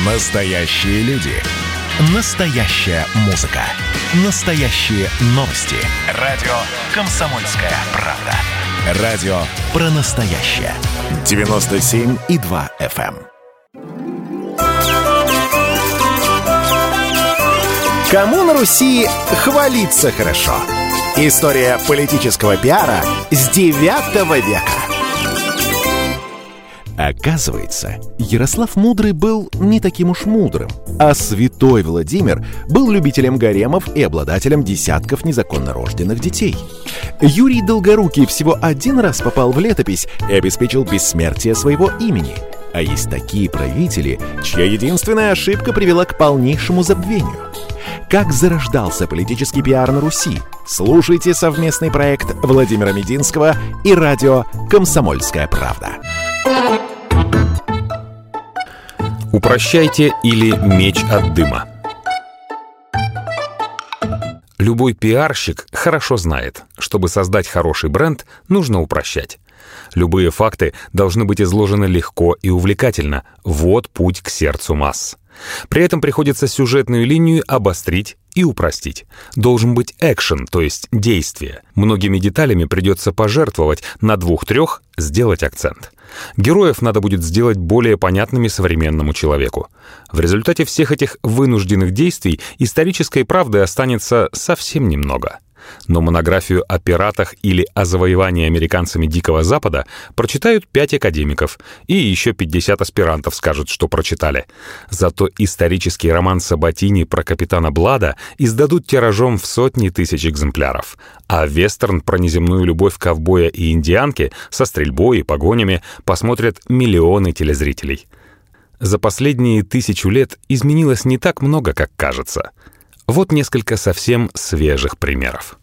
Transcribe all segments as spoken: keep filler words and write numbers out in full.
Настоящие люди. Настоящая музыка. Настоящие новости. Радио «Комсомольская правда». Радио про настоящее. девяносто семь и два эф эм. Кому на Руси хвалиться хорошо? История политического пиара с девятого века. Оказывается, Ярослав Мудрый был не таким уж мудрым, а святой Владимир был любителем гаремов и обладателем десятков незаконно рожденных детей. Юрий Долгорукий всего один раз попал в летопись и обеспечил бессмертие своего имени. А есть такие правители, чья единственная ошибка привела к полнейшему забвению. Как зарождался политический пиар на Руси? Слушайте совместный проект Владимира Мединского и радио «Комсомольская правда». Упрощайте или меч от дыма. Любой пиарщик хорошо знает, чтобы создать хороший бренд, нужно упрощать. Любые факты должны быть изложены легко и увлекательно. Вот путь к сердцу масс. При этом приходится сюжетную линию обострить и упростить. Должен быть экшен, то есть действие. Многими деталями придется пожертвовать, на двух-трех сделать акцент. Героев надо будет сделать более понятными современному человеку. В результате всех этих вынужденных действий исторической правды останется совсем немного. Но монографию о пиратах или о завоевании американцами Дикого Запада прочитают пять академиков, и еще пятьдесят аспирантов скажут, что прочитали. Зато исторический роман Сабатини про капитана Блада издадут тиражом в сотни тысяч экземпляров, а вестерн про неземную любовь ковбоя и индианки со стрельбой и погонями посмотрят миллионы телезрителей. За последние тысячу лет изменилось не так много, как кажется. Вот несколько совсем свежих примеров.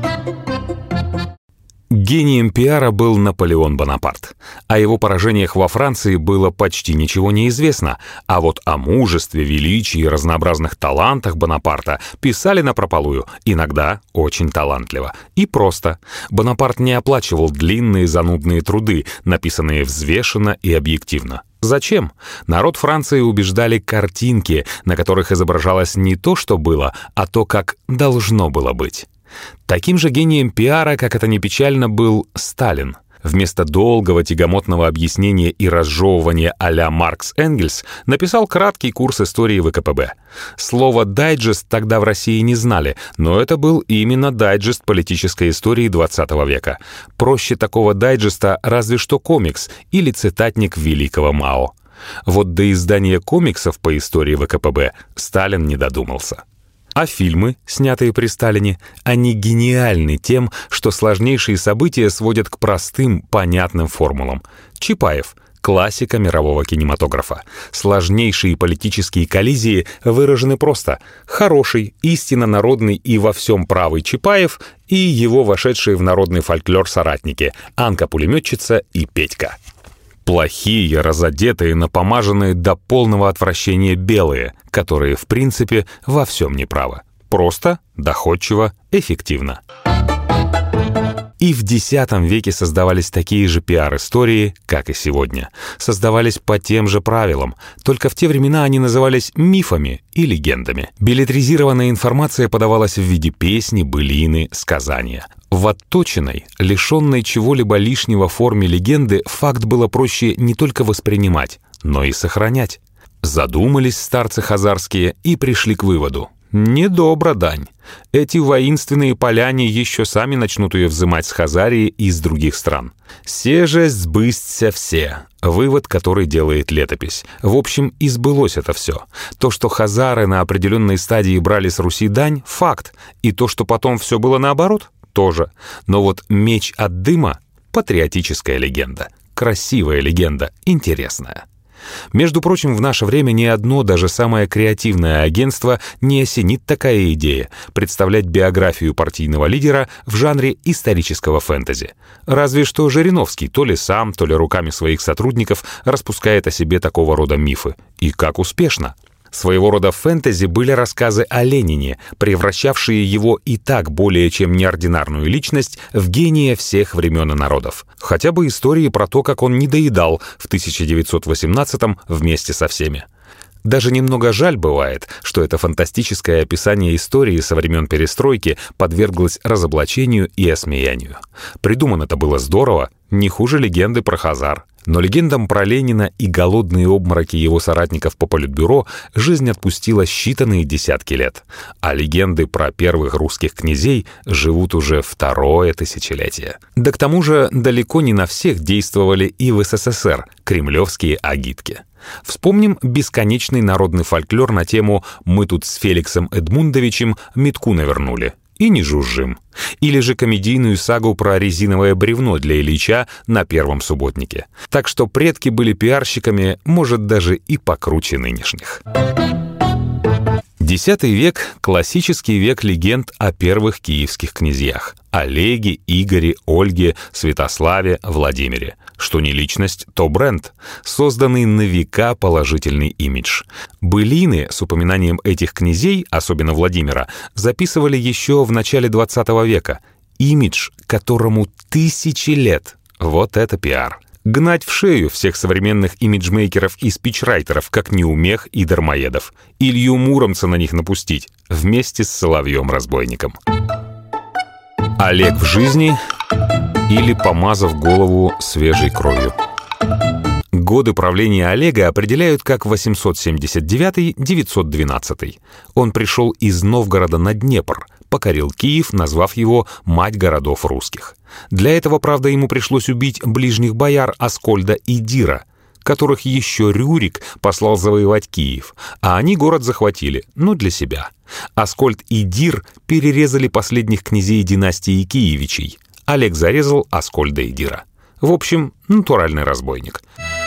Гением пиара был Наполеон Бонапарт. О его поражениях во Франции было почти ничего не известно, а вот о мужестве, величии и разнообразных талантах Бонапарта писали напропалую, иногда очень талантливо. И просто. Бонапарт не оплачивал длинные занудные труды, написанные взвешенно и объективно. Зачем? Народ Франции убеждали картинки, на которых изображалось не то, что было, а то, как должно было быть. Таким же гением пиара, как это ни печально, был Сталин. Вместо долгого тягомотного объяснения и разжевывания а-ля Маркс Энгельс написал краткий курс истории вэ ка пэ бэ. Слово «дайджест» тогда в России не знали, но это был именно дайджест политической истории двадцатого века. Проще такого дайджеста разве что комикс или цитатник великого Мао. Вот до издания комиксов по истории вэ ка пэ бэ Сталин не додумался. А фильмы, снятые при Сталине, они гениальны тем, что сложнейшие события сводят к простым, понятным формулам. Чапаев — классика мирового кинематографа. Сложнейшие политические коллизии выражены просто. Хороший, истинно народный и во всем правый Чапаев и его вошедшие в народный фольклор соратники Анка-пулеметчица и Петька. Плохие, разодетые, напомаженные до полного отвращения белые, которые, в принципе, во всем неправы. Просто, доходчиво, эффективно. И в десятом веке создавались такие же пиар-истории, как и сегодня. Создавались по тем же правилам, только в те времена они назывались мифами и легендами. Беллетризированная информация подавалась в виде песни, былины, сказания. В отточенной, лишенной чего-либо лишнего форме легенды факт было проще не только воспринимать, но и сохранять. Задумались старцы хазарские и пришли к выводу: недобра дань. Эти воинственные поляне еще сами начнут ее взымать с Хазарии и из других стран. «Се же сбыстся все», вывод, который делает летопись. В общем, и сбылось это все. То, что хазары на определенной стадии брали с Руси дань — факт. И то, что потом все было наоборот — тоже. Но вот меч от дыма — патриотическая легенда. Красивая легенда, интересная. Между прочим, в наше время ни одно, даже самое креативное агентство не осенит такая идея — представлять биографию партийного лидера в жанре исторического фэнтези. Разве что Жириновский то ли сам, то ли руками своих сотрудников распускает о себе такого рода мифы. И как успешно! Своего рода фэнтези были рассказы о Ленине, превращавшие его и так более чем неординарную личность в гения всех времен и народов. Хотя бы истории про то, как он недоедал в тысяча девятьсот восемнадцатом вместе со всеми. Даже немного жаль бывает, что это фантастическое описание истории со времен перестройки подверглось разоблачению и осмеянию. Придумано это было здорово, не хуже легенды про Хазар. Но легендам про Ленина и голодные обмороки его соратников по политбюро жизнь отпустила считанные десятки лет. А легенды про первых русских князей живут уже второе тысячелетие. Да к тому же далеко не на всех действовали и в СССР кремлевские агитки. Вспомним бесконечный народный фольклор на тему «Мы тут с Феликсом Эдмундовичем метку навернули» и не жужжим. Или же комедийную сагу про резиновое бревно для Ильича на Первом субботнике. Так что предки были пиарщиками, может, даже и покруче нынешних. Десятый век — классический век легенд о первых киевских князьях — Олеге, Игоре, Ольге, Святославе, Владимире. Что не личность, то бренд, созданный на века положительный имидж. Былины с упоминанием этих князей, особенно Владимира, записывали еще в начале двадцатого века. Имидж, которому тысячи лет. Вот это пиар. Гнать в шею всех современных имиджмейкеров и спичрайтеров, как неумех и дармоедов. Илью Муромца на них напустить, вместе с Соловьем-разбойником. Олег в жизни или помазав голову свежей кровью. Годы правления Олега определяют как восемьсот семьдесят девятый — девятьсот двенадцатый. Он пришел из Новгорода на Днепр, покорил Киев, назвав его «мать городов русских». Для этого, правда, ему пришлось убить ближних бояр Аскольда и Дира, которых еще Рюрик послал завоевать Киев, а они город захватили, но для себя. Аскольд и Дир перерезали последних князей династии Киевичей. Олег зарезал Аскольда и Дира. В общем, натуральный разбойник.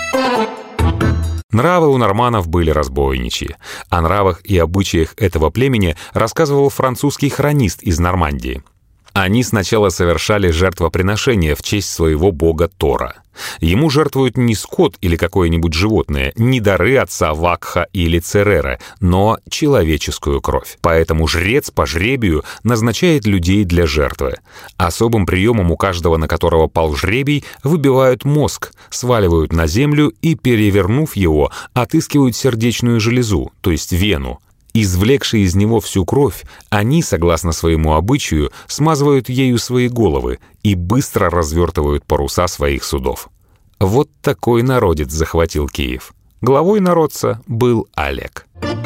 Нравы у норманнов были разбойничьи. О нравах и обычаях этого племени рассказывал французский хронист из Нормандии. Они сначала совершали жертвоприношения в честь своего бога Тора. Ему жертвуют не скот или какое-нибудь животное, не дары отца Вакха или Цереры, но человеческую кровь. Поэтому жрец по жребию назначает людей для жертвы. Особым приемом у каждого, на которого пал жребий, выбивают мозг, сваливают на землю и, перевернув его, отыскивают сердечную железу, то есть вену. Извлекши из него всю кровь, они, согласно своему обычаю, смазывают ею свои головы и быстро развертывают паруса своих судов. Вот такой народец захватил Киев. Главой народца был Олег.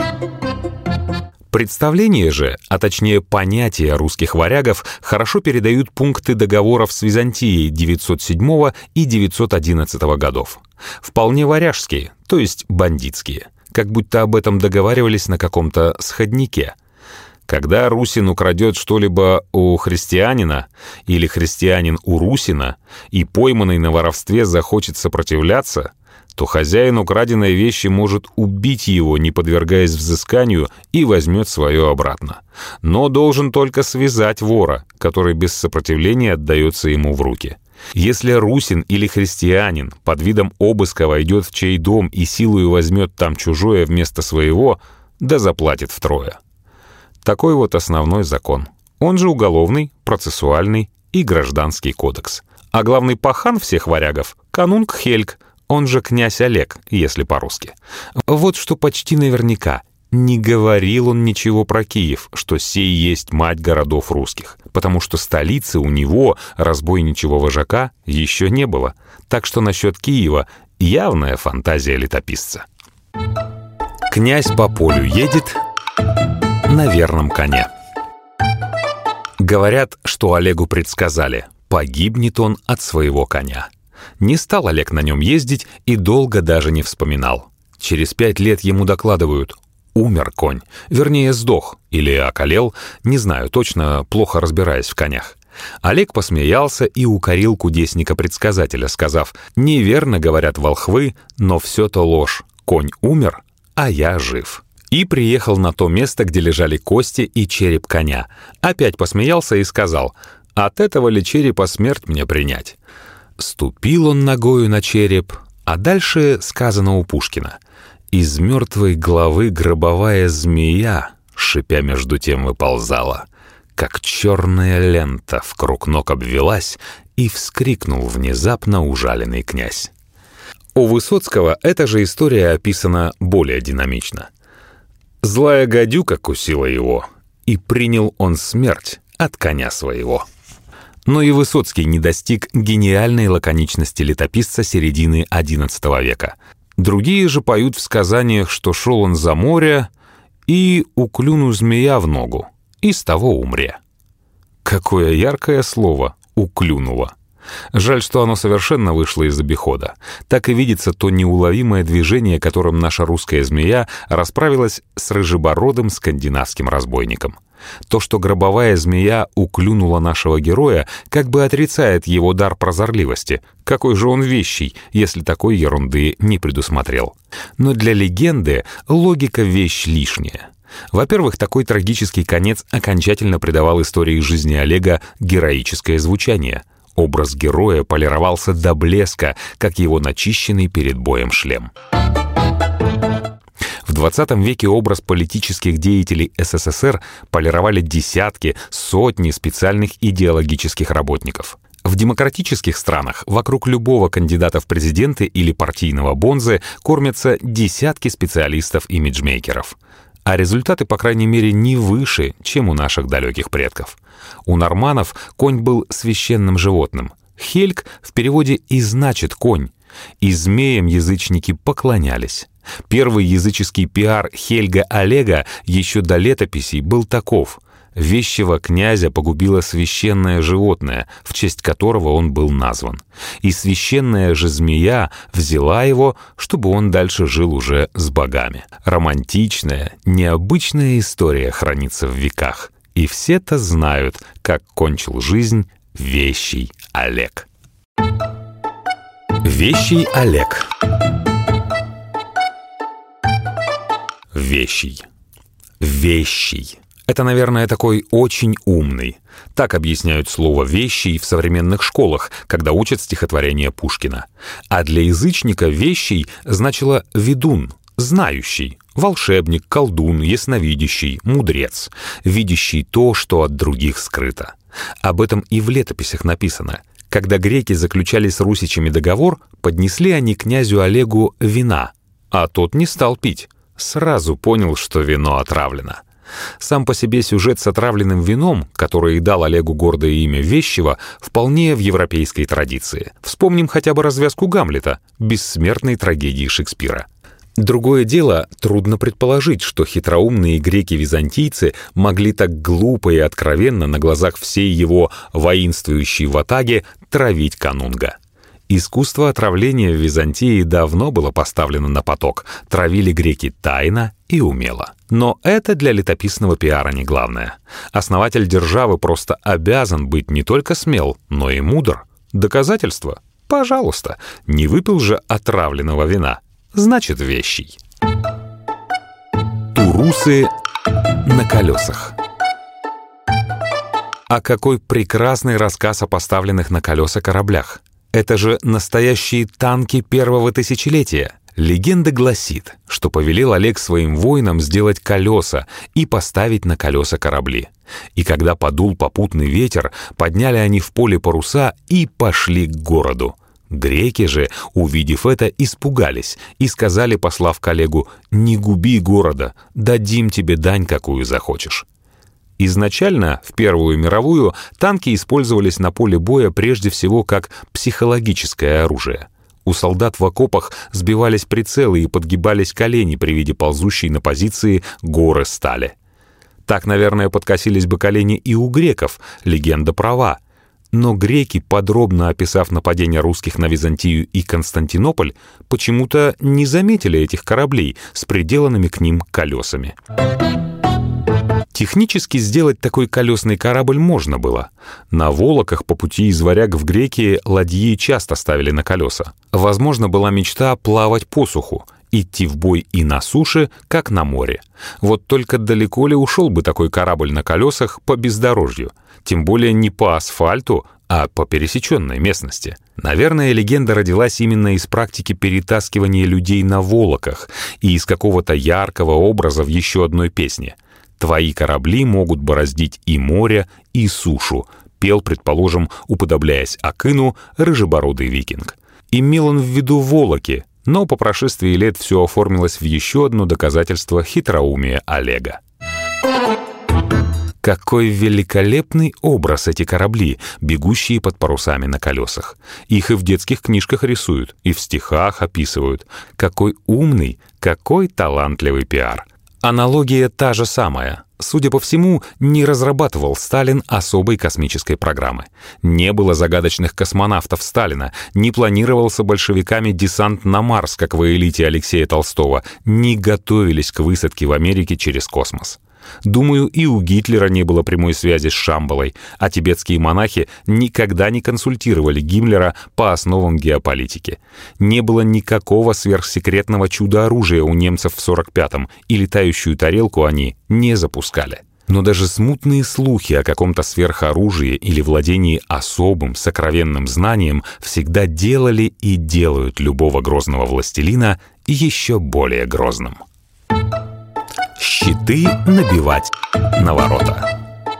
Представление же, а точнее понятия русских варягов, хорошо передают пункты договоров с Византией девятьсот седьмого и девятьсот одиннадцатого годов. Вполне варяжские, то есть бандитские. Как будто об этом договаривались на каком-то сходнике. Когда русин украдет что-либо у христианина или христианин у русина, и пойманный на воровстве захочет сопротивляться, то хозяин украденной вещи может убить его, не подвергаясь взысканию, и возьмет свое обратно. Но должен только связать вора, который без сопротивления отдается ему в руки. Если русин или христианин под видом обыска войдет в чей дом и силою возьмет там чужое вместо своего, да заплатит втрое. Такой вот основной закон. Он же уголовный, процессуальный и гражданский кодекс. А главный пахан всех варягов — канунг Хельг, он же князь Олег, если по-русски. Вот что почти наверняка. Не говорил он ничего про Киев, что сей есть мать городов русских, потому что столицы у него, разбойничьего вожака, еще не было. Так что насчет Киева явная фантазия летописца. Князь по полю едет на верном коне. Говорят, что Олегу предсказали, погибнет он от своего коня. Не стал Олег на нем ездить и долго даже не вспоминал. Через пять лет ему докладывают: умер конь, вернее, сдох или околел, не знаю точно, плохо разбираясь в конях. Олег посмеялся и укорил кудесника-предсказателя, сказав: «Неверно говорят волхвы, но все-то ложь. Конь умер, а я жив». И приехал на то место, где лежали кости и череп коня. Опять посмеялся и сказал: «От этого ли черепа смерть мне принять?» Ступил он ногою на череп, а дальше сказано у Пушкина: «Из мертвой головы гробовая змея, шипя между тем выползала, как черная лента вкруг ног обвелась, и вскрикнул внезапно ужаленный князь». У Высоцкого эта же история описана более динамично. «Злая гадюка кусила его, и принял он смерть от коня своего». Но и Высоцкий не достиг гениальной лаконичности летописца середины одиннадцатого века. Другие же поют в сказаниях, что шел он за море, и уклюну змея в ногу, и с того умре. Какое яркое слово «уклюнуло». Жаль, что оно совершенно вышло из обихода. Так и видится то неуловимое движение, которым наша русская змея расправилась с рыжебородым скандинавским разбойником. То, что гробовая змея уклюнула нашего героя, как бы отрицает его дар прозорливости. Какой же он вещий, если такой ерунды не предусмотрел. Но для легенды логика — вещь лишняя. Во-первых, такой трагический конец окончательно придавал истории жизни Олега героическое звучание. Образ героя полировался до блеска, как его начищенный перед боем шлем. В двадцатом веке образ политических деятелей СССР полировали десятки, сотни специальных идеологических работников. В демократических странах вокруг любого кандидата в президенты или партийного бонзы кормятся десятки специалистов-имиджмейкеров. А результаты, по крайней мере, не выше, чем у наших далеких предков. У норманнов конь был священным животным. Хельг в переводе и значит конь. И змеям язычники поклонялись. Первый языческий пиар Хельга Олега еще до летописей был таков: вещего князя погубило священное животное, в честь которого он был назван. И священная же змея взяла его, чтобы он дальше жил уже с богами. Романтичная, необычная история хранится в веках. И все-то знают, как кончил жизнь вещий Олег. Вещий Олег. Вещий. Вещий. Это, наверное, такой очень умный. Так объясняют слово «вещий» в современных школах, когда учат стихотворение Пушкина. А для язычника «вещий» значило «ведун», знающий, волшебник, колдун, ясновидящий, мудрец, видящий то, что от других скрыто. Об этом и в летописях написано. Когда греки заключали с русичами договор, поднесли они князю Олегу вина, а тот не стал пить. Сразу понял, что вино отравлено. Сам по себе сюжет с отравленным вином, который и дал Олегу гордое имя вещего, вполне в европейской традиции. Вспомним хотя бы развязку Гамлета, бессмертной трагедии Шекспира. Другое дело, трудно предположить, что хитроумные греки-византийцы могли так глупо и откровенно на глазах всей его воинствующей ватаги травить канунга. Искусство отравления в Византии давно было поставлено на поток, травили греки тайно и умело. Но это для летописного пиара не главное. Основатель державы просто обязан быть не только смел, но и мудр. Доказательство? Пожалуйста, не выпил же отравленного вина. Значит, вещий. Турусы на колесах. А какой прекрасный рассказ о поставленных на колеса кораблях. Это же настоящие танки первого тысячелетия. Легенда гласит, что повелел Олег своим воинам сделать колеса и поставить на колеса корабли. И когда подул попутный ветер, подняли они в поле паруса и пошли к городу. Греки же, увидев это, испугались и сказали, послав к Олегу: «Не губи города, дадим тебе дань, какую захочешь». Изначально, в Первую мировую, танки использовались на поле боя прежде всего как психологическое оружие. У солдат в окопах сбивались прицелы и подгибались колени при виде ползущей на позиции горы стали. Так, наверное, подкосились бы колени и у греков, легенда права. Но греки, подробно описав нападение русских на Византию и Константинополь, почему-то не заметили этих кораблей с приделанными к ним колесами. Технически сделать такой колесный корабль можно было. На Волоках по пути из Варяг в Грекии ладьи часто ставили на колеса. Возможно, была мечта плавать по суху, идти в бой и на суше, как на море. Вот только далеко ли ушел бы такой корабль на колесах по бездорожью? Тем более не по асфальту, а по пересеченной местности. Наверное, легенда родилась именно из практики перетаскивания людей на Волоках и из какого-то яркого образа в еще одной песне. «Твои корабли могут бороздить и море, и сушу», пел, предположим, уподобляясь Акыну, рыжебородый викинг. Имел он в виду волоки, но по прошествии лет все оформилось в еще одно доказательство хитроумия Олега. Какой великолепный образ эти корабли, бегущие под парусами на колесах. Их и в детских книжках рисуют, и в стихах описывают. Какой умный, какой талантливый пиар. Аналогия та же самая. Судя по всему, не разрабатывал Сталин особой космической программы. Не было загадочных космонавтов Сталина, не планировался большевиками десант на Марс, как в «Элите» Алексея Толстого, не готовились к высадке в Америке через космос. Думаю, и у Гитлера не было прямой связи с Шамбалой, а тибетские монахи никогда не консультировали Гиммлера по основам геополитики. Не было никакого сверхсекретного чудо-оружия у немцев в сорок пятом, и летающую тарелку они не запускали. Но даже смутные слухи о каком-то сверхоружии или владении особым, сокровенным знанием всегда делали и делают любого грозного властелина еще более грозным. Щиты набивать на ворота.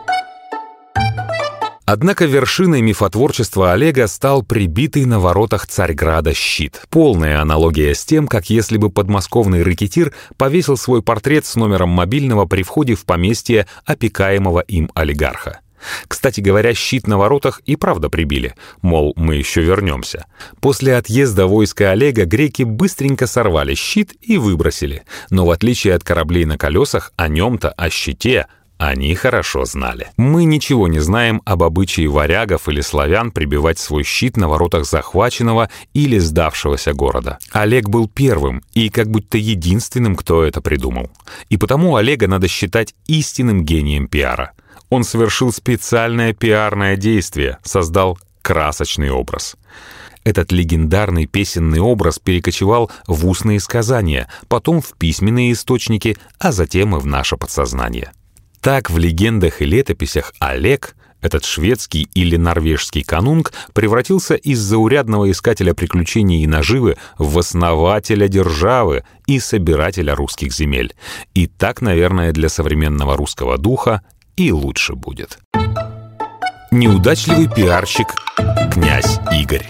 Однако вершиной мифотворчества Олега стал прибитый на воротах Царьграда щит. Полная аналогия с тем, как если бы подмосковный рэкетир повесил свой портрет с номером мобильного при входе в поместье опекаемого им олигарха. Кстати говоря, щит на воротах и правда прибили, мол, мы еще вернемся. После отъезда войска Олега греки быстренько сорвали щит и выбросили, но в отличие от кораблей на колесах, о нем-то, о щите, они хорошо знали. Мы ничего не знаем об обычае варягов или славян прибивать свой щит на воротах захваченного или сдавшегося города. Олег был первым и как будто единственным, кто это придумал. И потому Олега надо считать истинным гением пиара. Он совершил специальное пиарное действие, создал красочный образ. Этот легендарный песенный образ перекочевал в устные сказания, потом в письменные источники, а затем и в наше подсознание. Так в легендах и летописях Олег, этот шведский или норвежский канунг, превратился из заурядного искателя приключений и наживы в основателя державы и собирателя русских земель. И так, наверное, для современного русского духа и лучше будет. Неудачливый пиарщик князь Игорь.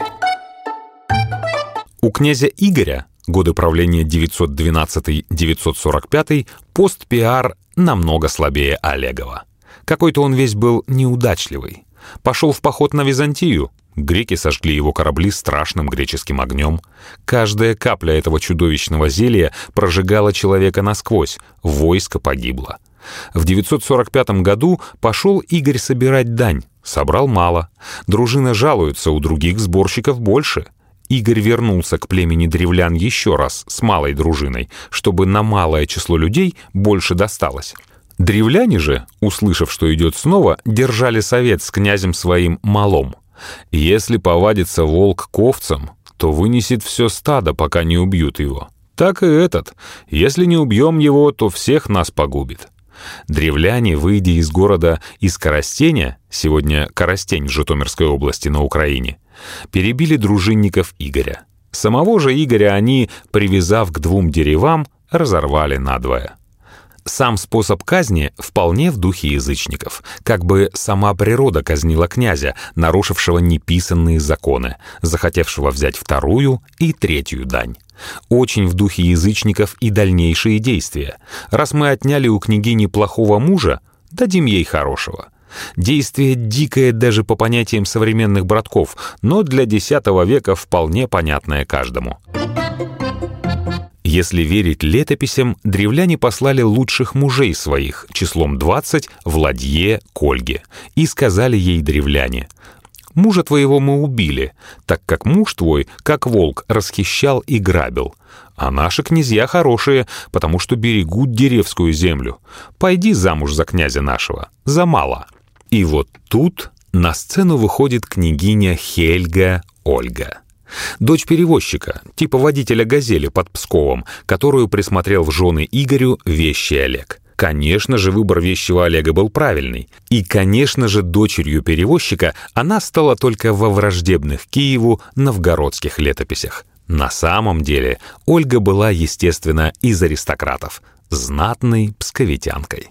У князя Игоря, годы правления девятьсот двенадцатый — девятьсот сорок пятый, пост-пиар намного слабее Олегова. Какой-то он весь был неудачливый. Пошел в поход на Византию. Греки сожгли его корабли страшным греческим огнем. Каждая капля этого чудовищного зелья прожигала человека насквозь. Войско погибло. В девятьсот сорок пятом году пошел Игорь собирать дань. Собрал мало. Дружина жалуется, у других сборщиков больше. Игорь вернулся к племени древлян еще раз с малой дружиной, чтобы на малое число людей больше досталось. Древляне же, услышав, что идет снова, держали совет с князем своим Малом. Если повадится волк к овцам, то вынесет все стадо, пока не убьют его. Так и этот. Если не убьем его, то всех нас погубит. Древляне, выйдя из города из Коростеня, сегодня Коростень в Житомирской области на Украине, перебили дружинников Игоря. Самого же Игоря они, привязав к двум деревам, разорвали надвое. Сам способ казни вполне в духе язычников, как бы сама природа казнила князя, нарушившего неписанные законы, захотевшего взять вторую и третью дань. Очень в духе язычников и дальнейшие действия. Раз мы отняли у княгини плохого мужа, дадим ей хорошего. Действие дикое даже по понятиям современных братков, но для десятого века вполне понятное каждому. Если верить летописям, древляне послали лучших мужей своих, числом двадцать, в ладье к Ольге, и сказали ей древляне: «Мужа твоего мы убили, так как муж твой, как волк, расхищал и грабил. А наши князья хорошие, потому что берегут деревскую землю. Пойди замуж за князя нашего, за Мала». И вот тут на сцену выходит княгиня Хельга Ольга. Дочь перевозчика, типа водителя «Газели» под Псковом, которую присмотрел в жены Игорю вещий Олег. Конечно же, выбор вещего Олега был правильный. И, конечно же, дочерью перевозчика она стала только во враждебных Киеву новгородских летописях. На самом деле Ольга была, естественно, из аристократов, знатной псковитянкой.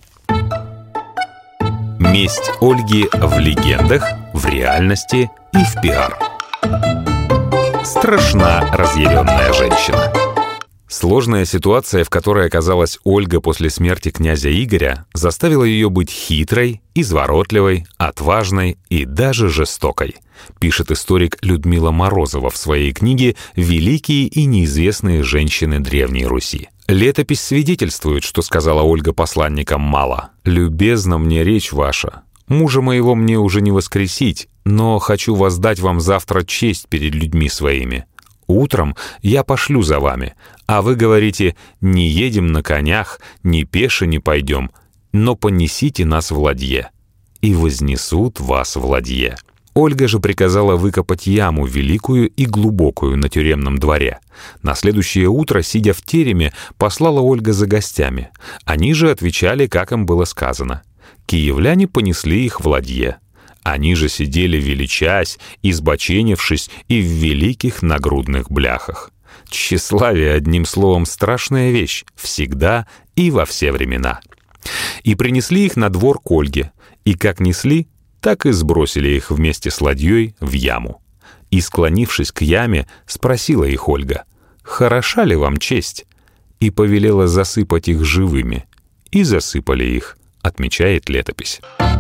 Месть Ольги в легендах, в реальности и в пиар. страшна разъяренная женщина. Сложная ситуация, в которой оказалась Ольга после смерти князя Игоря, заставила ее быть хитрой, изворотливой, отважной и даже жестокой, пишет историк Людмила Морозова в своей книге «Великие и неизвестные женщины Древней Руси». Летопись свидетельствует, что сказала Ольга посланникам Мала: «Любезна мне речь ваша. Мужа моего мне уже не воскресить, но хочу воздать вам завтра честь перед людьми своими. Утром я пошлю за вами, а вы говорите: не едем на конях, ни пеше не пойдем, но понесите нас в ладье, и вознесут вас в ладье». Ольга же приказала выкопать яму великую и глубокую на тюремном дворе. На следующее утро, сидя в тереме, послала Ольга за гостями. Они же отвечали, как им было сказано. Киевляне понесли их в ладье. Они же сидели величась, избоченившись и в великих нагрудных бляхах. Тщеславие, одним словом, страшная вещь, всегда и во все времена. И принесли их на двор к Ольге, и как несли, так и сбросили их вместе с ладьей в яму. И, склонившись к яме, спросила их Ольга: «Хороша ли вам честь?» И повелела засыпать их живыми. И засыпали их, отмечает летопись.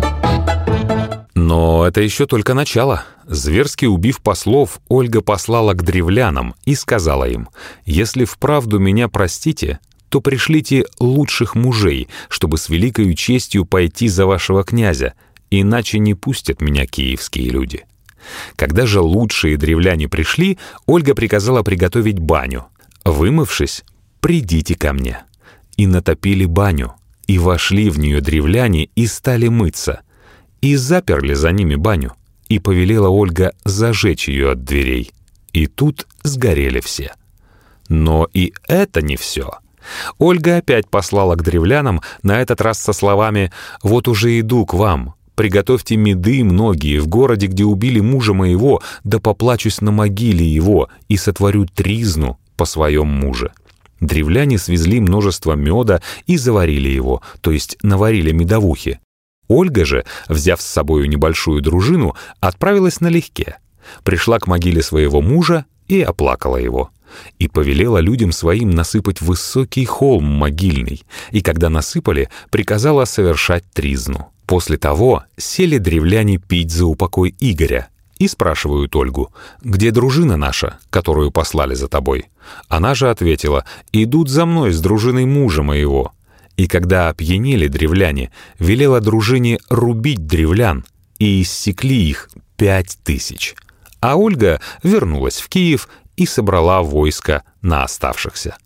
Но это еще только начало. Зверски убив послов, Ольга послала к древлянам и сказала им: «Если вправду меня простите, то пришлите лучших мужей, чтобы с великою честью пойти за вашего князя, иначе не пустят меня киевские люди». Когда же лучшие древляне пришли, Ольга приказала приготовить баню. «Вымывшись, придите ко мне». И натопили баню, и вошли в нее древляне и стали мыться. И заперли за ними баню, и повелела Ольга зажечь ее от дверей. И тут сгорели все. Но и это не все. Ольга опять послала к древлянам, на этот раз со словами: «Вот уже иду к вам. Приготовьте меды многие в городе, где убили мужа моего, да поплачусь на могиле его и сотворю тризну по своем муже». Древляне свезли множество меда и заварили его, то есть наварили медовухи. Ольга же, взяв с собою небольшую дружину, отправилась налегке. Пришла к могиле своего мужа и оплакала его. И повелела людям своим насыпать высокий холм могильный, и когда насыпали, приказала совершать тризну. После того сели древляне пить за упокой Игоря и спрашивают Ольгу: «Где дружина наша, которую послали за тобой?» Она же ответила: «Идут за мной с дружиной мужа моего». И когда опьянели древляне, велела дружине рубить древлян, и иссекли их пять тысяч. А Ольга вернулась в Киев и собрала войско на оставшихся.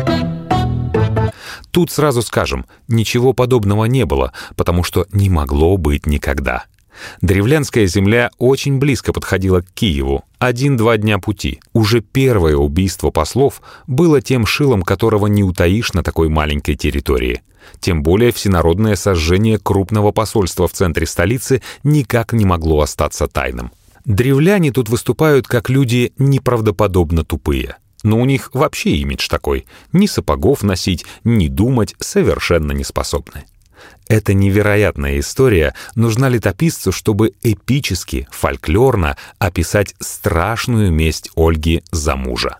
Тут сразу скажем, ничего подобного не было, потому что не могло быть никогда. Древлянская земля очень близко подходила к Киеву, один-два дня пути. Уже первое убийство послов было тем шилом, которого не утаишь на такой маленькой территории. Тем более всенародное сожжение крупного посольства в центре столицы никак не могло остаться тайным. Древляне тут выступают как люди неправдоподобно тупые. Но у них вообще имидж такой: ни сапогов носить, ни думать совершенно не способны. Эта невероятная история нужна летописцу, чтобы эпически, фольклорно описать страшную месть Ольги за мужа.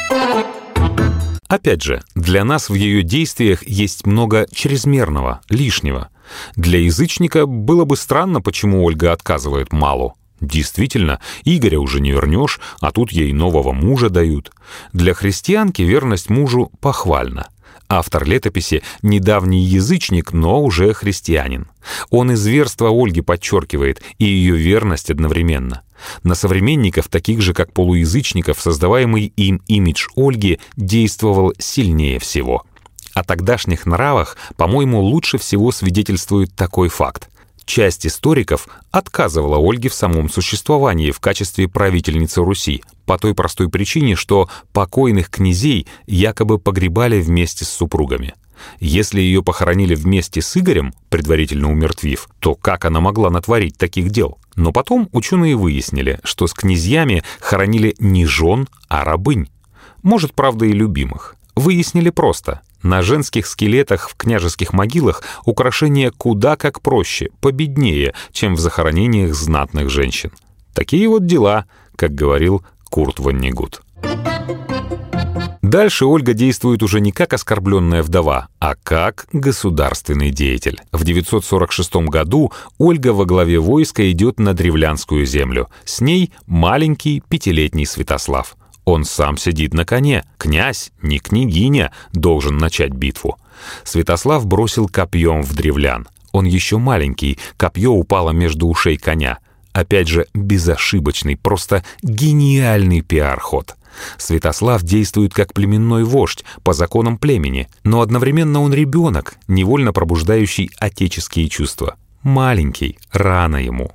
Опять же, для нас в ее действиях есть много чрезмерного, лишнего. Для язычника было бы странно, почему Ольга отказывает Малу. Действительно, Игоря уже не вернешь, а тут ей нового мужа дают. Для христианки верность мужу похвальна. Автор летописи — недавний язычник, но уже христианин. Он и зверство Ольги подчеркивает, и ее верность одновременно. На современников, таких же как полуязычников, создаваемый им имидж Ольги действовал сильнее всего. О тогдашних нравах, по-моему, лучше всего свидетельствует такой факт. Часть историков отказывала Ольге в самом существовании в качестве правительницы Руси, по той простой причине, что покойных князей якобы погребали вместе с супругами. Если ее похоронили вместе с Игорем, предварительно умертвив, то как она могла натворить таких дел? Но потом ученые выяснили, что с князьями хоронили не жен, а рабынь. Может, правда, и любимых. Выяснили просто. На женских скелетах в княжеских могилах украшения куда как проще, победнее, чем в захоронениях знатных женщин. Такие вот дела, как говорил Курт Воннегут. Дальше Ольга действует уже не как оскорбленная вдова, а как государственный деятель. В девятьсот сорок шестом году Ольга во главе войска идет на Древлянскую землю. С ней маленький пятилетний Святослав. Он сам сидит на коне. Князь, не княгиня, должен начать битву. Святослав бросил копьем в древлян. Он еще маленький, копье упало между ушей коня. Опять же, безошибочный, просто гениальный пиар-ход. Святослав действует как племенной вождь по законам племени, но одновременно он ребенок, невольно пробуждающий отеческие чувства. Маленький, рано ему.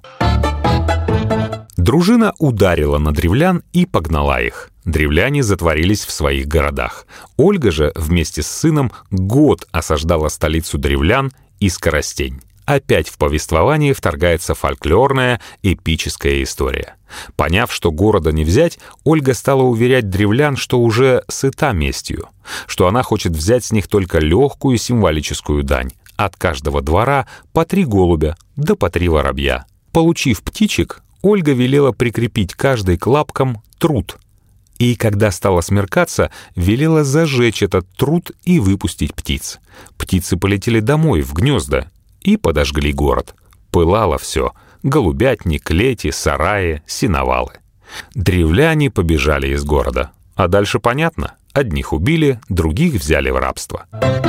Дружина ударила на древлян и погнала их. Древляне затворились в своих городах. Ольга же вместе с сыном год осаждала столицу древлян и Скоростень. Опять в повествование вторгается фольклорная, эпическая история. Поняв, что города не взять, Ольга стала уверять древлян, что уже сыта местью, что она хочет взять с них только легкую символическую дань. От каждого двора по три голубя, да по три воробья. Получив птичек, Ольга велела прикрепить каждой к лапкам труд. И когда стало смеркаться, велела зажечь этот труд и выпустить птиц. Птицы полетели домой, в гнезда, и подожгли город. Пылало все — голубятни, клети, сараи, сеновалы. Древляне побежали из города. А дальше понятно. Одних убили, других взяли в рабство.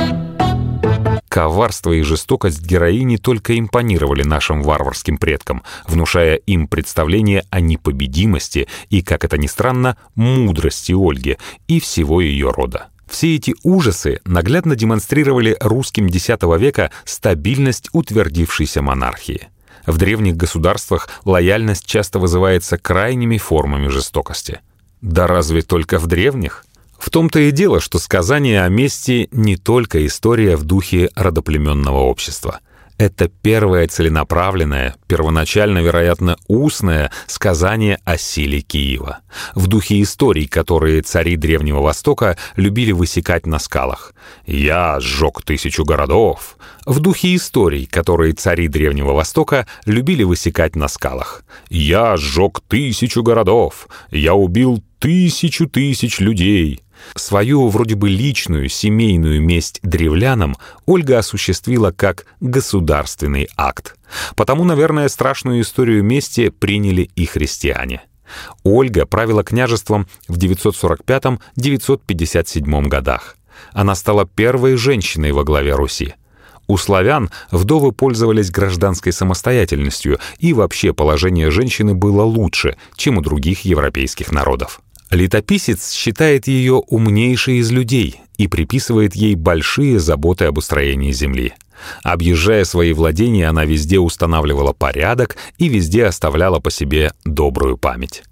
Коварство и жестокость героини только импонировали нашим варварским предкам, внушая им представление о непобедимости и, как это ни странно, мудрости Ольги и всего ее рода. Все эти ужасы наглядно демонстрировали русским десятого века стабильность утвердившейся монархии. В древних государствах лояльность часто вызывается крайними формами жестокости. Да разве только в древних? В том-то и дело, что сказание о мести не только история в духе родоплеменного общества. Это первое целенаправленное, первоначально, вероятно, устное сказание о силе Киева. В духе историй, которые цари Древнего Востока любили высекать на скалах. «Я сжег тысячу городов». В духе историй, которые цари Древнего Востока любили высекать на скалах. «Я сжег тысячу городов». «Я убил тысячу тысяч людей». Свою вроде бы личную, семейную месть древлянам Ольга осуществила как государственный акт. Потому, наверное, страшную историю мести приняли и христиане. Ольга правила княжеством в девятьсот сорок пятом — девятьсот пятьдесят седьмом годах. Она стала первой женщиной во главе Руси. У славян вдовы пользовались гражданской самостоятельностью, и вообще положение женщины было лучше, чем у других европейских народов. Летописец считает ее умнейшей из людей и приписывает ей большие заботы об устроении земли. Объезжая свои владения, она везде устанавливала порядок и везде оставляла по себе добрую память.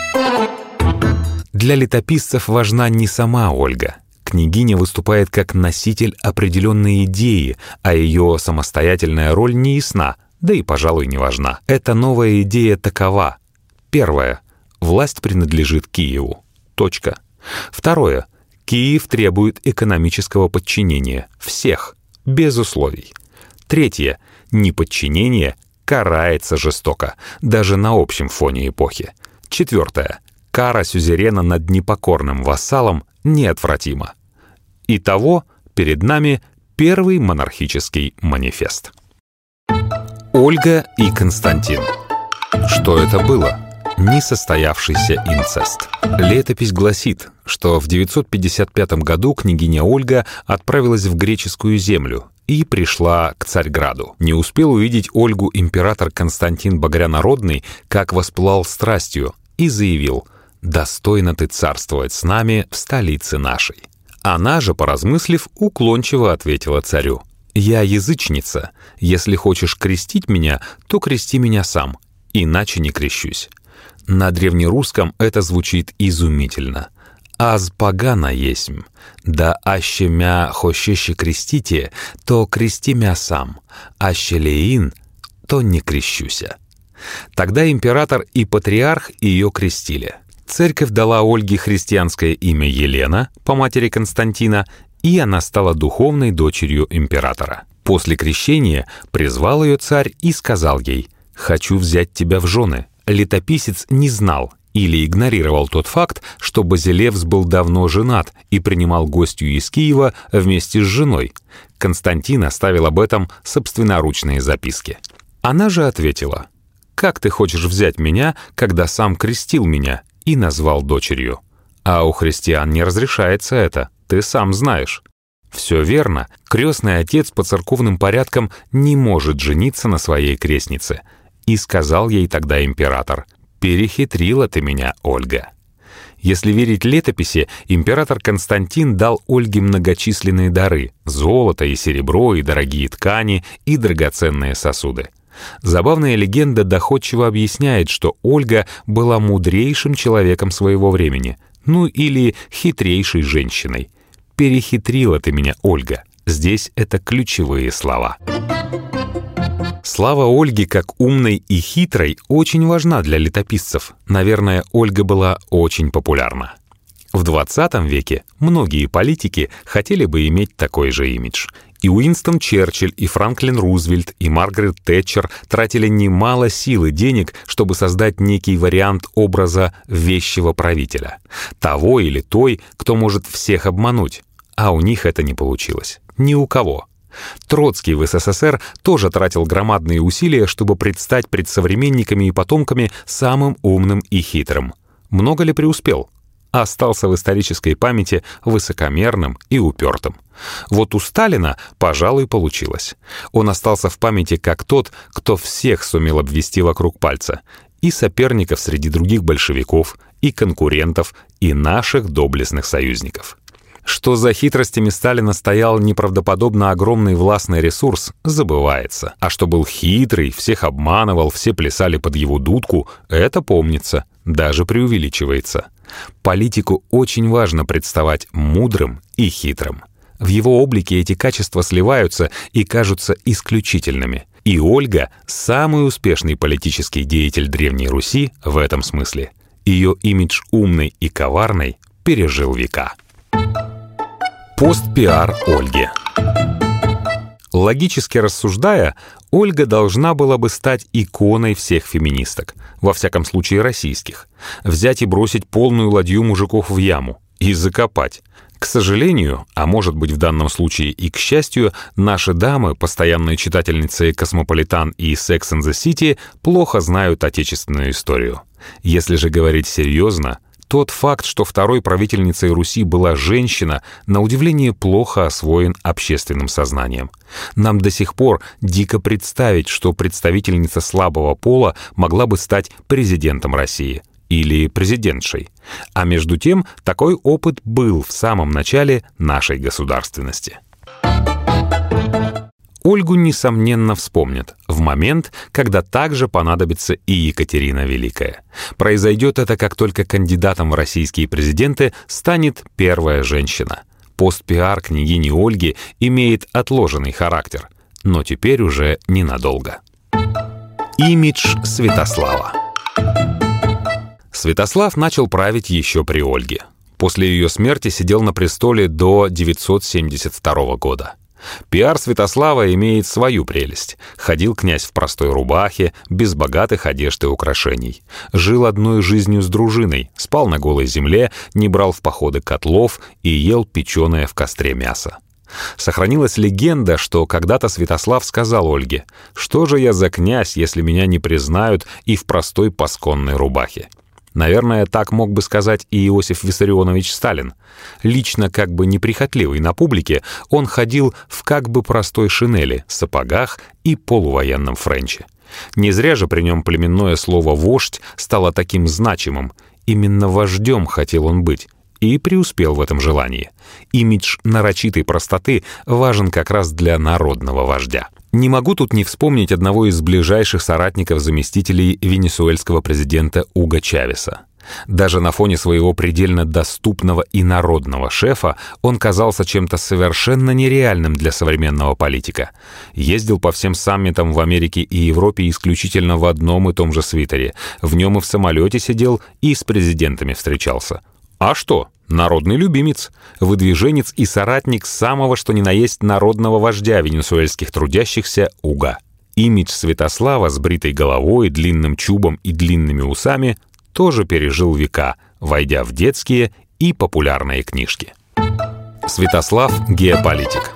Для летописцев важна не сама Ольга. Княгиня выступает как носитель определенной идеи, а ее самостоятельная роль не ясна, да и, пожалуй, не важна. Эта новая идея такова. Первое. Власть принадлежит Киеву. Точка. Второе. Киев требует экономического подчинения. Всех. Без условий. Третье. Неподчинение карается жестоко, даже на общем фоне эпохи. Четвертое. Кара сюзерена над непокорным вассалом неотвратима. Итого перед нами первый монархический манифест. Ольга и Константин. Что это было? Несостоявшийся инцест. Летопись гласит, что в девятьсот пятьдесят пятом году княгиня Ольга отправилась в греческую землю и пришла к Царьграду. Не успел увидеть Ольгу император Константин Багрянародный, как воспылал страстью, и заявил: «Достойно ты царствовать с нами в столице нашей». Она же, поразмыслив, уклончиво ответила царю: «Я язычница. Если хочешь крестить меня, то крести меня сам, иначе не крещусь». На древнерусском это звучит изумительно. «Аз погана есмь, да аще мя хочеще крестите, то крести мя сам, аще леин, то не крещуся». Тогда император и патриарх ее крестили. Церковь дала Ольге христианское имя Елена по матери Константина, и она стала духовной дочерью императора. После крещения призвал ее царь и сказал ей: «Хочу взять тебя в жены». Летописец не знал или игнорировал тот факт, что Базилевс был давно женат и принимал гостью из Киева вместе с женой. Константин оставил об этом собственноручные записки. Она же ответила: «Как ты хочешь взять меня, когда сам крестил меня и назвал дочерью? А у христиан не разрешается это, ты сам знаешь». Все верно, крестный отец по церковным порядкам не может жениться на своей крестнице. И сказал ей тогда император: «Перехитрила ты меня, Ольга». Если верить летописи, император Константин дал Ольге многочисленные дары — золото и серебро, и дорогие ткани, и драгоценные сосуды. Забавная легенда доходчиво объясняет, что Ольга была мудрейшим человеком своего времени, ну или хитрейшей женщиной. «Перехитрила ты меня, Ольга». Здесь это ключевые слова. Слава Ольги как умной и хитрой очень важна для летописцев. Наверное, Ольга была очень популярна. В двадцатом веке многие политики хотели бы иметь такой же имидж. И Уинстон Черчилль, и Франклин Рузвельт, и Маргарет Тэтчер тратили немало сил и денег, чтобы создать некий вариант образа вещего правителя. Того или той, кто может всех обмануть. А у них это не получилось. Ни у кого. Троцкий в СССР тоже тратил громадные усилия, чтобы предстать пред современниками и потомками самым умным и хитрым. Много ли преуспел? Остался в исторической памяти высокомерным и упертым. Вот у Сталина, пожалуй, получилось. Он остался в памяти как тот, кто всех сумел обвести вокруг пальца. И соперников среди других большевиков, и конкурентов, и наших доблестных союзников. Что за хитростями Сталина стоял неправдоподобно огромный властный ресурс, забывается. А что был хитрый, всех обманывал, все плясали под его дудку, это помнится, даже преувеличивается. Политику очень важно представать мудрым и хитрым. В его облике эти качества сливаются и кажутся исключительными. И Ольга — самый успешный политический деятель Древней Руси в этом смысле. Ее имидж умной и коварной пережил века. Пост-пиар Ольги. Логически рассуждая, Ольга должна была бы стать иконой всех феминисток, во всяком случае российских, взять и бросить полную ладью мужиков в яму и закопать. К сожалению, а может быть в данном случае и к счастью, наши дамы, постоянные читательницы «Космополитан» и «Sex and the City», плохо знают отечественную историю. Если же говорить серьезно, тот факт, что второй правительницей Руси была женщина, на удивление плохо освоен общественным сознанием. Нам до сих пор дико представить, что представительница слабого пола могла бы стать президентом России или президентшей. А между тем, такой опыт был в самом начале нашей государственности. Ольгу, несомненно, вспомнят в момент, когда также понадобится и Екатерина Великая. Произойдет это, как только кандидатом в российские президенты станет первая женщина. Пост-пиар княгини Ольги имеет отложенный характер, но теперь уже ненадолго. Имидж Святослава. Святослав начал править еще при Ольге. После ее смерти сидел на престоле до девятьсот семьдесят второго года. Пиар Святослава имеет свою прелесть. Ходил князь в простой рубахе, без богатых одежд и украшений. Жил одной жизнью с дружиной, спал на голой земле, не брал в походы котлов и ел печеное в костре мясо. Сохранилась легенда, что когда-то Святослав сказал Ольге: «Что же я за князь, если меня не признают и в простой пасконной рубахе?» Наверное, так мог бы сказать и Иосиф Виссарионович Сталин. Лично, как бы неприхотливый на публике, он ходил в как бы простой шинели, сапогах и полувоенном френче. Не зря же при нем племенное слово «вождь» стало таким значимым. Именно вождем хотел он быть. И преуспел в этом желании. Имидж нарочитой простоты важен как раз для народного вождя. Не могу тут не вспомнить одного из ближайших соратников-заместителей венесуэльского президента Уго Чавеса. Даже на фоне своего предельно доступного и народного шефа он казался чем-то совершенно нереальным для современного политика. Ездил по всем саммитам в Америке и Европе исключительно в одном и том же свитере. В нем и в самолете сидел, и с президентами встречался. А что? Народный любимец, выдвиженец и соратник самого что ни на есть народного вождя венесуэльских трудящихся Уго. Имидж Святослава с бритой головой, длинным чубом и длинными усами тоже пережил века, войдя в детские и популярные книжки. Святослав – геополитик.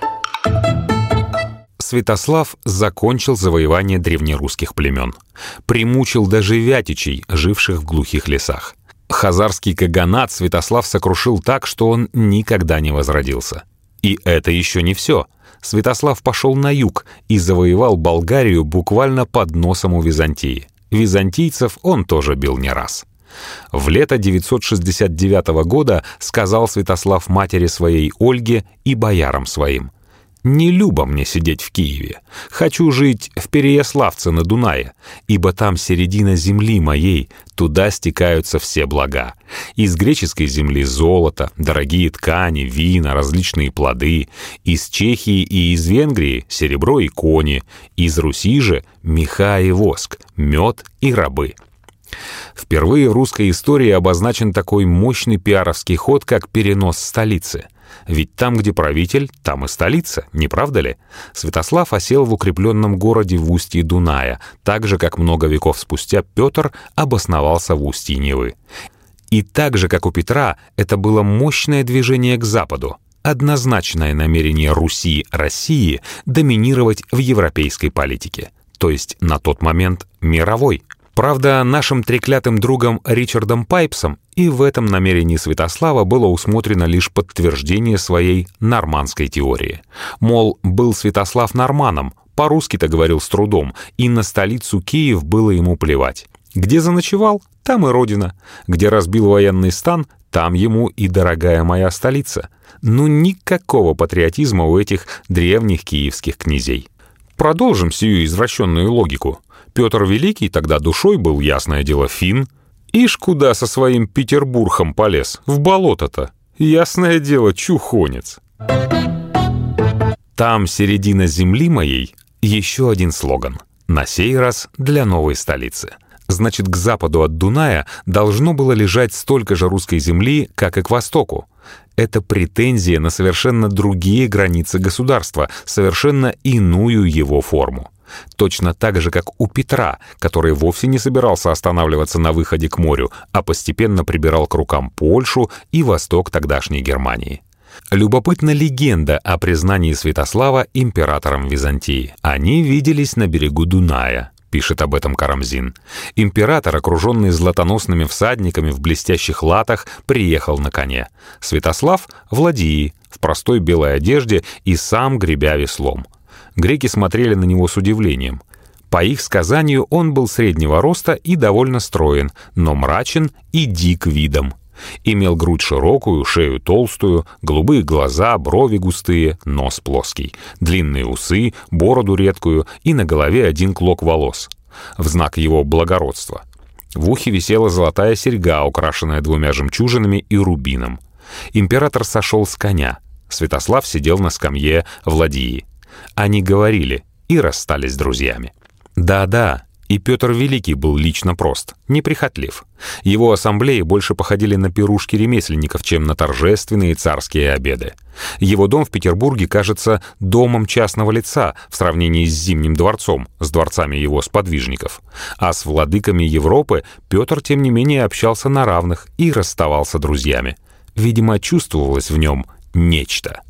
Святослав закончил завоевание древнерусских племен. Примучил даже вятичей, живших в глухих лесах. Хазарский каганат Святослав сокрушил так, что он никогда не возродился. И это еще не все. Святослав пошел на юг и завоевал Болгарию буквально под носом у Византии. Византийцев он тоже бил не раз. В лето девятьсот шестьдесят девятого года сказал Святослав матери своей Ольге и боярам своим: «Не любо мне сидеть в Киеве. Хочу жить в Переяславце на Дунае, ибо там середина земли моей, туда стекаются все блага. Из греческой земли золото, дорогие ткани, вина, различные плоды. Из Чехии и из Венгрии серебро и кони. Из Руси же меха и воск, мед и рабы». Впервые в русской истории обозначен такой мощный пиаровский ход, как перенос столицы. Ведь там, где правитель, там и столица, не правда ли? Святослав осел в укрепленном городе в устье Дуная, так же, как много веков спустя Петр обосновался в устье Невы. И так же, как у Петра, это было мощное движение к западу, однозначное намерение Руси, России доминировать в европейской политике, то есть на тот момент мировой. Правда, нашим треклятым другом Ричардом Пайпсом и в этом намерении Святослава было усмотрено лишь подтверждение своей нормандской теории. Мол, был Святослав норманом, по-русски-то говорил с трудом, и на столицу Киев было ему плевать. Где заночевал, там и родина. Где разбил военный стан, там ему и дорогая моя столица. Ну, никакого патриотизма у этих древних киевских князей. Продолжим сию извращенную логику. Петр Великий тогда душой был, ясное дело, фин. Ишь куда со своим Петербургом полез, в болото-то. Ясное дело, чухонец. Там середина земли моей — еще один слоган. На сей раз для новой столицы. Значит, к западу от Дуная должно было лежать столько же русской земли, как и к востоку. Это претензия на совершенно другие границы государства, совершенно иную его форму. Точно так же, как у Петра, который вовсе не собирался останавливаться на выходе к морю, а постепенно прибирал к рукам Польшу и восток тогдашней Германии. Любопытна легенда о признании Святослава императором Византии. Они виделись на берегу Дуная, пишет об этом Карамзин. Император, окруженный златоносными всадниками в блестящих латах, приехал на коне. Святослав — в ладьи, в простой белой одежде и сам гребя веслом. Греки смотрели на него с удивлением. По их сказанию, он был среднего роста и довольно строен, но мрачен и дик видом. Имел грудь широкую, шею толстую, голубые глаза, брови густые, нос плоский, длинные усы, бороду редкую и на голове один клок волос, в знак его благородства. В ухе висела золотая серьга, украшенная двумя жемчужинами и рубином. Император сошел с коня. Святослав сидел на скамье в ладьи. Они говорили и расстались друзьями. Да-да, и Петр Великий был лично прост, неприхотлив. Его ассамблеи больше походили на пирушки ремесленников, чем на торжественные царские обеды. Его дом в Петербурге кажется домом частного лица в сравнении с Зимним дворцом, с дворцами его сподвижников. А с владыками Европы Петр, тем не менее, общался на равных и расставался друзьями. Видимо, чувствовалось в нем нечто.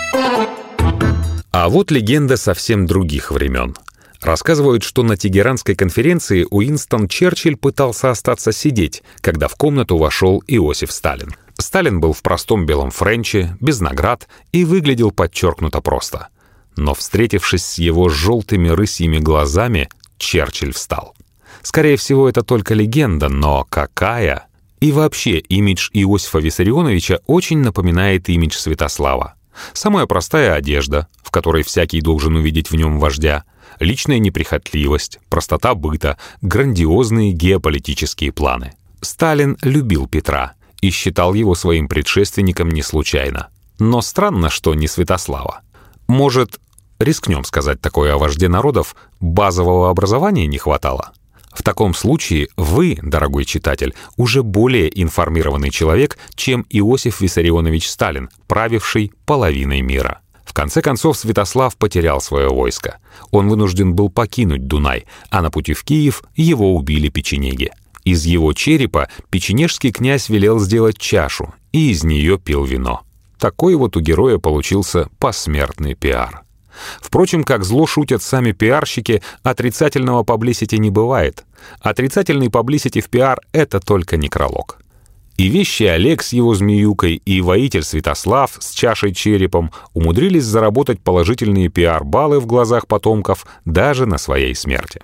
А вот легенда совсем других времен. Рассказывают, что на Тегеранской конференции Уинстон Черчилль пытался остаться сидеть, когда в комнату вошел Иосиф Сталин. Сталин был в простом белом френче, без наград и выглядел подчеркнуто просто. Но, встретившись с его желтыми рысьими глазами, Черчилль встал. Скорее всего, это только легенда, но какая? И вообще, имидж Иосифа Виссарионовича очень напоминает имидж Святослава. Самая простая одежда, в которой всякий должен увидеть в нем вождя, личная неприхотливость, простота быта, грандиозные геополитические планы. Сталин любил Петра и считал его своим предшественником не случайно. Но странно, что не Святослава. Может, рискнем сказать такое о вожде народов, базового образования не хватало? В таком случае вы, дорогой читатель, уже более информированный человек, чем Иосиф Виссарионович Сталин, правивший половиной мира. В конце концов, Святослав потерял свое войско. Он вынужден был покинуть Дунай, а на пути в Киев его убили печенеги. Из его черепа печенежский князь велел сделать чашу, и из нее пил вино. Такой вот у героя получился посмертный пиар. Впрочем, как зло шутят сами пиарщики, отрицательного паблисити не бывает. Отрицательный паблисити в пиар — это только некролог. И вещий Олег с его змеюкой, и воитель Святослав с чашей черепом умудрились заработать положительные пиар-баллы в глазах потомков даже на своей смерти.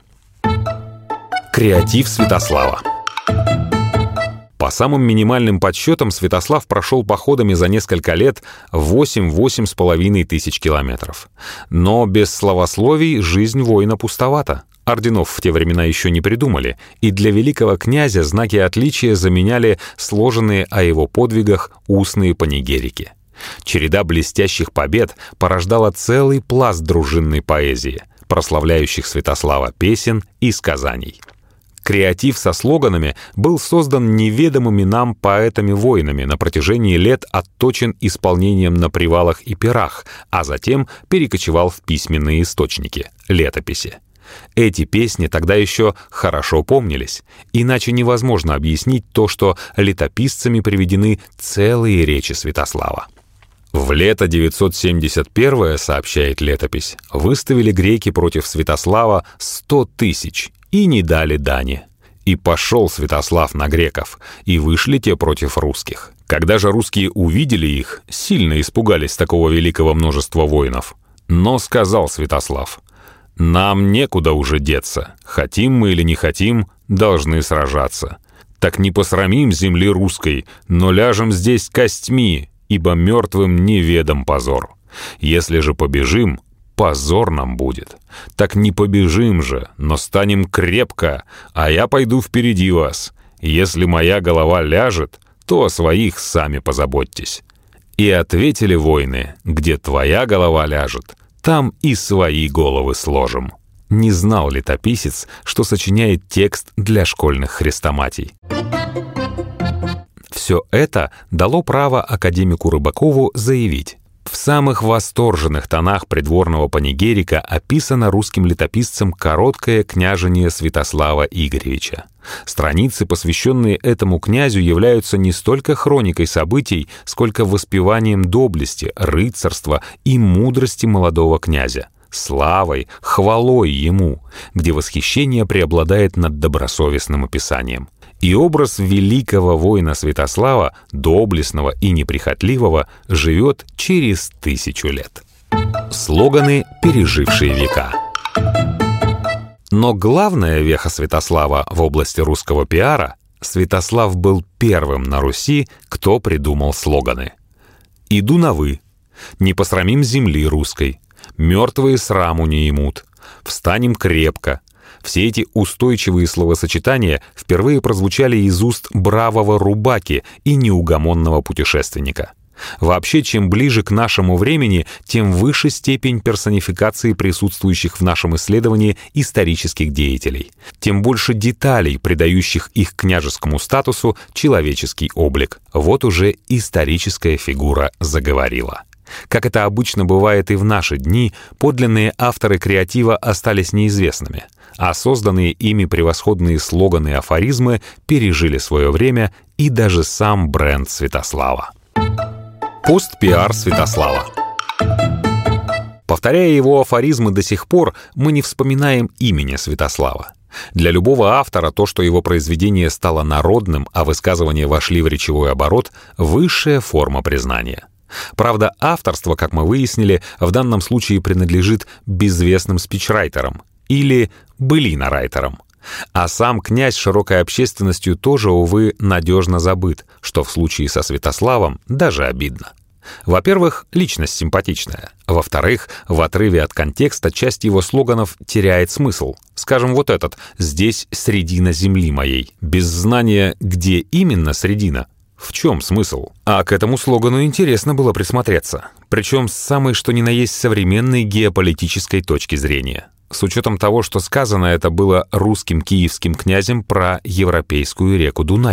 Креатив Святослава. По самым минимальным подсчетам, Святослав прошел походами за несколько лет восемь-восемь с половиной тысяч километров. Но без славословий жизнь воина пустовата. Орденов в те времена еще не придумали, и для великого князя знаки отличия заменяли сложенные о его подвигах устные панигерики. Череда блестящих побед порождала целый пласт дружинной поэзии, прославляющих Святослава песен и сказаний. Креатив со слоганами был создан неведомыми нам поэтами-воинами, на протяжении лет отточен исполнением на привалах и пирах, а затем перекочевал в письменные источники — летописи. Эти песни тогда еще хорошо помнились, иначе невозможно объяснить то, что летописцами приведены целые речи Святослава. В лето девятьсот семьдесят первое, сообщает летопись, выставили греки против Святослава сто тысяч и не дали дани. И пошел Святослав на греков, и вышли те против русских. Когда же русские увидели их, сильно испугались такого великого множества воинов. Но сказал Святослав: «Нам некуда уже деться, хотим мы или не хотим, должны сражаться. Так не посрамим земли русской, но ляжем здесь костьми, ибо мертвым неведом позор. Если же побежим, позор нам будет. Так не побежим же, но станем крепко, а я пойду впереди вас. Если моя голова ляжет, то о своих сами позаботьтесь». И ответили воины: «Где твоя голова ляжет, там и свои головы сложим». Не знал летописец, что сочиняет текст для школьных хрестоматий. Все это дало право академику Рыбакову заявить: в самых восторженных тонах придворного панигерика описано русским летописцем короткое княжение Святослава Игоревича. Страницы, посвященные этому князю, являются не столько хроникой событий, сколько воспеванием доблести, рыцарства и мудрости молодого князя, славой, хвалой ему, где восхищение преобладает над добросовестным описанием. И образ великого воина Святослава, доблестного и неприхотливого, живет через тысячу лет. Слоганы, пережившие века. Но главная веха Святослава в области русского пиара — Святослав был первым на Руси, кто придумал слоганы. «Иду на вы», «Не посрамим земли русской», «Мертвые сраму не имут», «Встанем крепко». Все эти устойчивые словосочетания впервые прозвучали из уст бравого рубаки и неугомонного путешественника. Вообще, чем ближе к нашему времени, тем выше степень персонификации присутствующих в нашем исследовании исторических деятелей, тем больше деталей, придающих их княжескому статусу человеческий облик. Вот уже историческая фигура заговорила. Как это обычно бывает и в наши дни, подлинные авторы креатива остались неизвестными, а созданные ими превосходные слоганы и афоризмы пережили свое время и даже сам бренд Святослава. Пост-пиар Святослава. Повторяя его афоризмы до сих пор, мы не вспоминаем имени Святослава. Для любого автора то, что его произведение стало народным, а высказывания вошли в речевой оборот, высшая форма признания. Правда, авторство, как мы выяснили, в данном случае принадлежит безвестным спичрайтерам или былинорайтерам. А сам князь широкой общественностью тоже, увы, надежно забыт, что в случае со Святославом даже обидно. Во-первых, личность симпатичная. Во-вторых, в отрыве от контекста часть его слоганов теряет смысл. Скажем, вот этот «Здесь средина земли моей». Без знания, где именно средина, в чем смысл? А к этому слогану интересно было присмотреться. Причем с самой что ни на есть современной геополитической точки зрения. С учетом того, что сказано это было русским киевским князем про европейскую реку Дунай.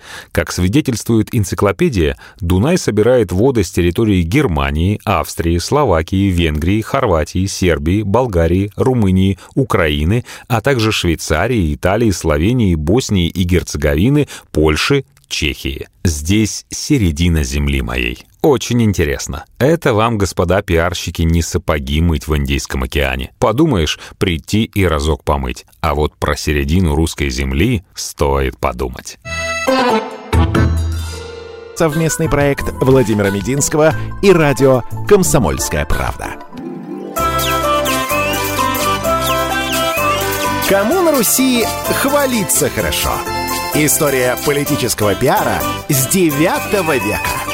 Как свидетельствует энциклопедия, Дунай собирает воды с территории Германии, Австрии, Словакии, Венгрии, Хорватии, Сербии, Болгарии, Румынии, Украины, а также Швейцарии, Италии, Словении, Боснии и Герцеговины, Польши, Чехии. Здесь середина земли моей. Очень интересно. Это вам, господа пиарщики, не сапоги мыть в Индийском океане. Подумаешь, прийти и разок помыть. А вот про середину русской земли стоит подумать. Совместный проект Владимира Мединского и радио «Комсомольская правда». Кому на Руси хвалиться хорошо? История политического пиара с девятого века.